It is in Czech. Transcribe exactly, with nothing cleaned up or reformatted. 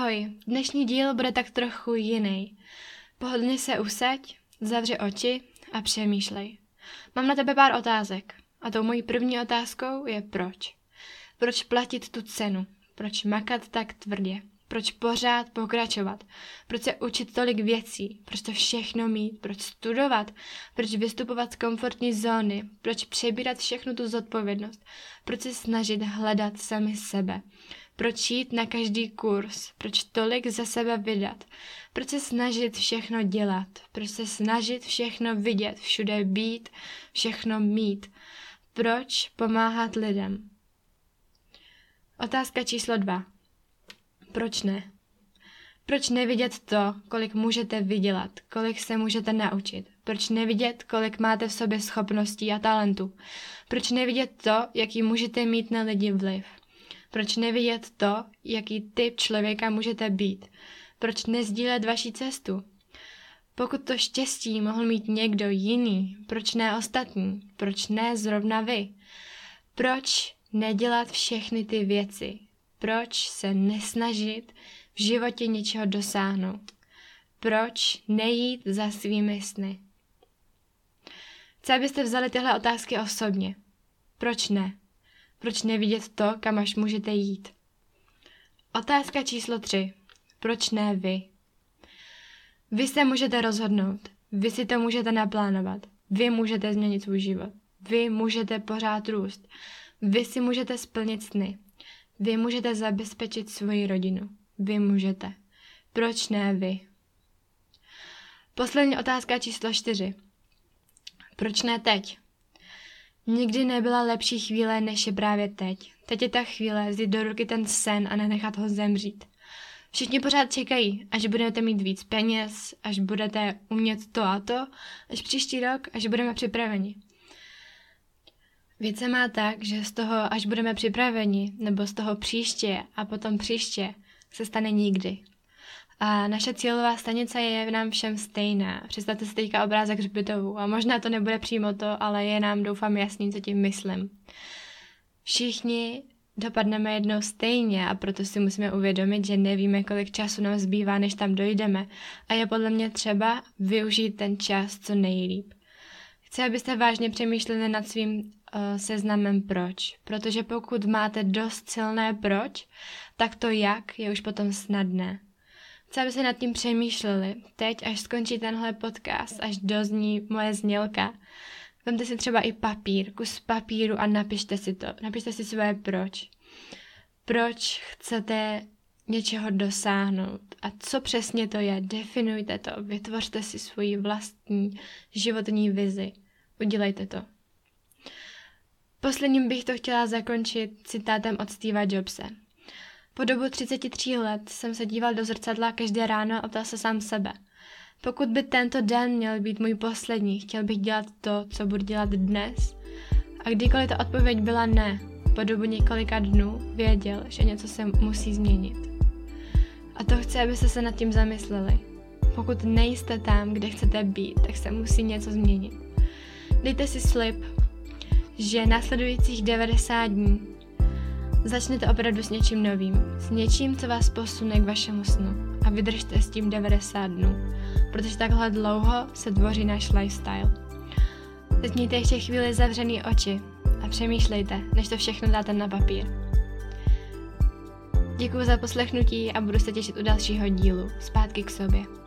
Ahoj, dnešní díl bude tak trochu jiný. Pohodlně se usaď, zavři oči a přemýšlej. Mám na tebe pár otázek a tou mojí první otázkou je proč. Proč platit tu cenu? Proč makat tak tvrdě? Proč pořád pokračovat? Proč se učit tolik věcí? Proč to všechno mít? Proč studovat? Proč vystupovat z komfortní zóny? Proč přebírat všechnu tu zodpovědnost? Proč se snažit hledat sami sebe? Proč jít na každý kurz? Proč tolik za sebe vydat? Proč se snažit všechno dělat? Proč se snažit všechno vidět, všude být, všechno mít? Proč pomáhat lidem? Otázka číslo dva. Proč ne? Proč nevidět to, kolik můžete vydělat, kolik se můžete naučit? Proč nevidět, kolik máte v sobě schopností a talentů? Proč nevidět to, jaký můžete mít na lidi vliv? Proč nevidět to, jaký typ člověka můžete být? Proč nezdílet vaši cestu? Pokud to štěstí mohl mít někdo jiný, proč ne ostatní? Proč ne zrovna vy? Proč nedělat všechny ty věci? Proč se nesnažit v životě něčeho dosáhnout? Proč nejít za svými sny? Chci, abyste vzali tyhle otázky osobně. Proč ne? Proč nevidět to, kam až můžete jít? Otázka číslo tři. Proč ne vy? Vy se můžete rozhodnout. Vy si to můžete naplánovat. Vy můžete změnit svůj život. Vy můžete pořád růst. Vy si můžete splnit sny. Vy můžete zabezpečit svoji rodinu. Vy můžete. Proč ne vy? Poslední otázka číslo čtyři. Proč ne teď? Nikdy nebyla lepší chvíle, než je právě teď. Teď je ta chvíle vzít do ruky ten sen a nenechat ho zemřít. Všichni pořád čekají, až budete mít víc peněz, až budete umět to a to, až příští rok, až budeme připraveni. Věc se má tak, že z toho, až budeme připraveni, nebo z toho příště a potom příště, se stane nikdy. A naše cílová stanice je v nám všem stejná. Představte si teďka obrázek hřbitovu a možná to nebude přímo to, ale je nám, doufám, jasný, co tím myslím. Všichni dopadneme jednou stejně a proto si musíme uvědomit, že nevíme, kolik času nám zbývá, než tam dojdeme a je podle mě třeba využít ten čas co nejlíp. Chci, abyste vážně přemýšleli nad svým uh, seznamem proč, protože pokud máte dost silné proč, tak to jak je už potom snadné. Chci, aby se nad tím přemýšleli. Teď, až skončí tenhle podcast, až dozní moje znělka, vemte si třeba i papír, kus papíru a napište si to. Napište si svoje proč. Proč chcete něčeho dosáhnout a co přesně to je. Definujte to, vytvořte si svoji vlastní životní vizi. Udělejte to. Posledním bych to chtěla zakončit citátem od Steva Jobse. Po dobu třicet tři let jsem se díval do zrcadla každé ráno a ptal se sám sebe. Pokud by tento den měl být můj poslední, chtěl bych dělat to, co budu dělat dnes? A kdykoliv ta odpověď byla ne, po dobu několika dnů věděl, že něco se musí změnit. A to chci, abyste se nad tím zamysleli. Pokud nejste tam, kde chcete být, tak se musí něco změnit. Dejte si slib, že následujících devadesát dní začnete opravdu s něčím novým, s něčím, co vás posune k vašemu snu a vydržte s tím devadesát dnů, protože takhle dlouho se tvoří náš lifestyle. Teď mějte ještě chvíli zavřený oči a přemýšlejte, než to všechno dáte na papír. Děkuji za poslechnutí a budu se těšit u dalšího dílu. Zpátky k sobě.